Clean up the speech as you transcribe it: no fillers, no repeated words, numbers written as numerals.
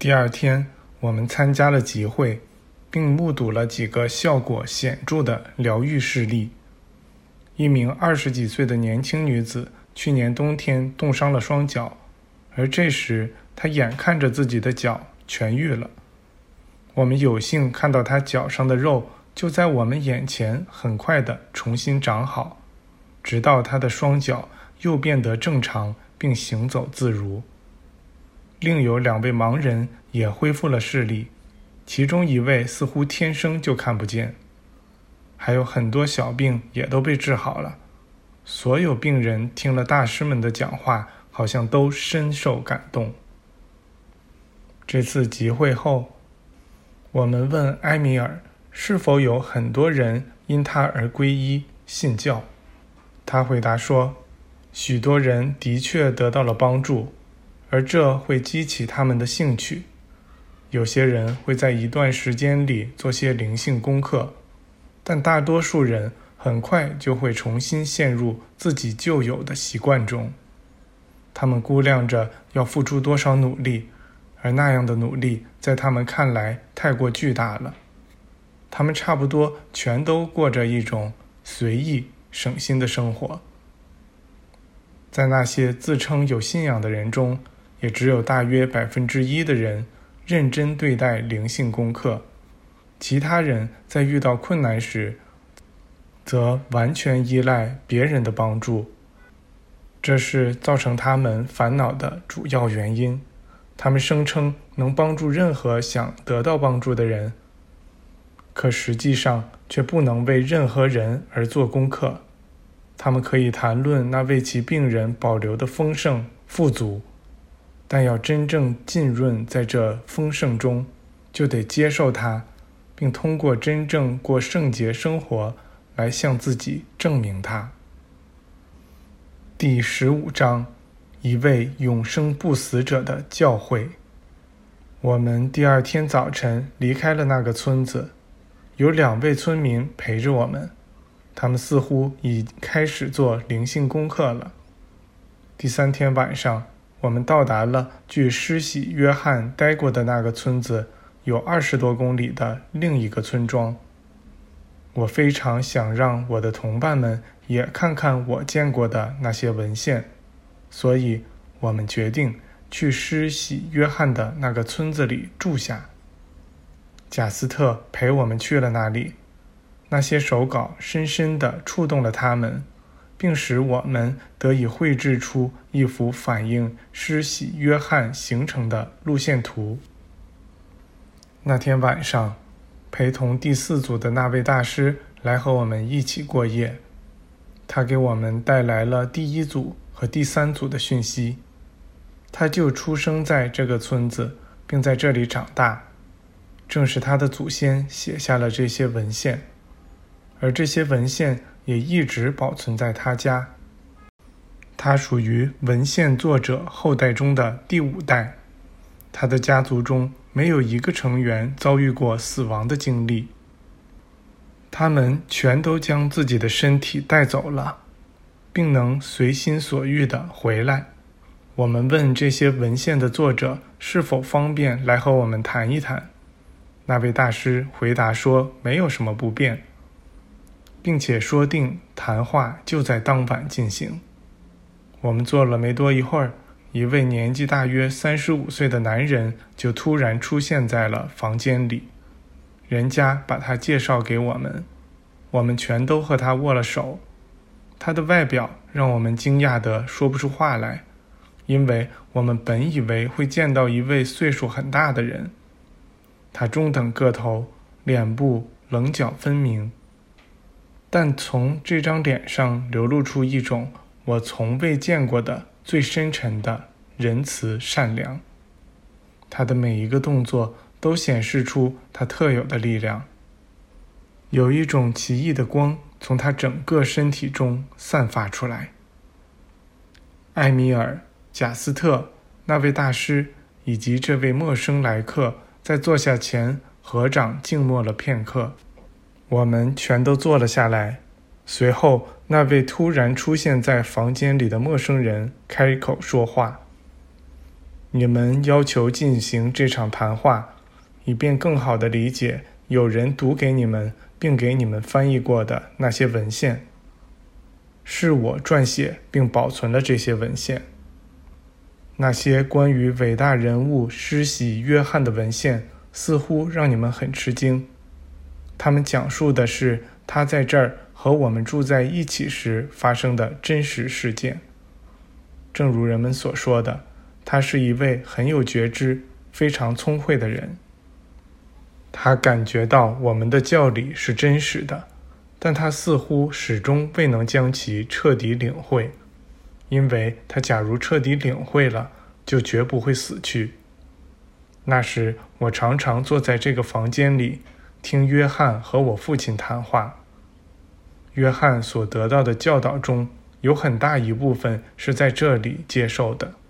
第二天，我们参加了集会，并目睹了几个效果显著的疗愈事例。一名20几岁的年轻女子去年冬天冻伤了双脚，而这时她眼看着自己的脚痊愈了。我们有幸看到她脚上的肉就在我们眼前很快地重新长好，直到她的双脚又变得正常并行走自如。另有2位盲人也恢复了视力，其中1位似乎天生就看不见。还有很多小病也都被治好了。所有病人听了大师们的讲话，好像都深受感动。这次集会后，我们问埃米尔是否有很多人因他而皈依信教。他回答说，许多人的确得到了帮助，而这会激起他们的兴趣。有些人会在一段时间里做些灵性功课，但大多数人很快就会重新陷入自己旧有的习惯中。他们估量着要付出多少努力，而那样的努力在他们看来太过巨大了。他们差不多全都过着一种随意省心的生活。在那些自称有信仰的人中，也只有大约1%的人认真对待灵性功课，其他人在遇到困难时则完全依赖别人的帮助。这是造成他们烦恼的主要原因。他们声称能帮助任何想得到帮助的人，可实际上却不能为任何人而做功课。他们可以谈论那为其病人保留的丰盛富足，但要真正浸润在这丰盛中，就得接受它，并通过真正过圣洁生活来向自己证明它。第15章，一位永生不死者的教诲。我们第二天早晨离开了那个村子，有2位村民陪着我们，他们似乎已开始做灵性功课了。第3天晚上，我们到达了距施洗约翰待过的那个村子有20多公里的另一个村庄。我非常想让我的同伴们也看看我见过的那些文献，所以我们决定去施洗约翰的那个村子里住下。贾斯特陪我们去了那里，那些手稿深深地触动了他们，并使我们得以绘制出一幅反映施洗约翰行程的路线图。那天晚上，陪同第4组的那位大师来和我们一起过夜。他给我们带来了第1组和第3组的讯息。他就出生在这个村子，并在这里长大。正是他的祖先写下了这些文献，而这些文献也一直保存在他家。他属于文献作者后代中的第5代。他的家族中没有一个成员遭遇过死亡的经历。他们全都将自己的身体带走了，并能随心所欲地回来。我们问这些文献的作者是否方便来和我们谈一谈。那位大师回答说没有什么不便，并且说定谈话就在当晚进行。我们坐了没多一会儿，一位年纪大约35岁的男人就突然出现在了房间里。人家把他介绍给我们，我们全都和他握了手。他的外表让我们惊讶得说不出话来，因为我们本以为会见到一位岁数很大的人。他中等个头，脸部棱角分明，但从这张脸上流露出一种我从未见过的最深沉的仁慈善良。他的每一个动作都显示出他特有的力量，有一种奇异的光从他整个身体中散发出来。埃米尔、贾斯特、那位大师以及这位陌生来客在坐下前合掌静默了片刻。我们全都坐了下来。随后那位突然出现在房间里的陌生人开口说话。 你们要求进行这场谈话，以便更好地理解有人读给你们并给你们翻译过的那些文献。是我撰写并保存了这些文献。那些关于伟大人物施洗约翰的文献似乎让你们很吃惊，他们讲述的是他在这儿和我们住在一起时发生的真实事件。正如人们所说的，他是一位很有觉知、非常聪慧的人。他感觉到我们的教理是真实的，但他似乎始终未能将其彻底领会，因为他假如彻底领会了，就绝不会死去。那时我常常坐在这个房间里，听约翰和我父亲谈话。约翰所得到的教导中有很大一部分是在这里接受的。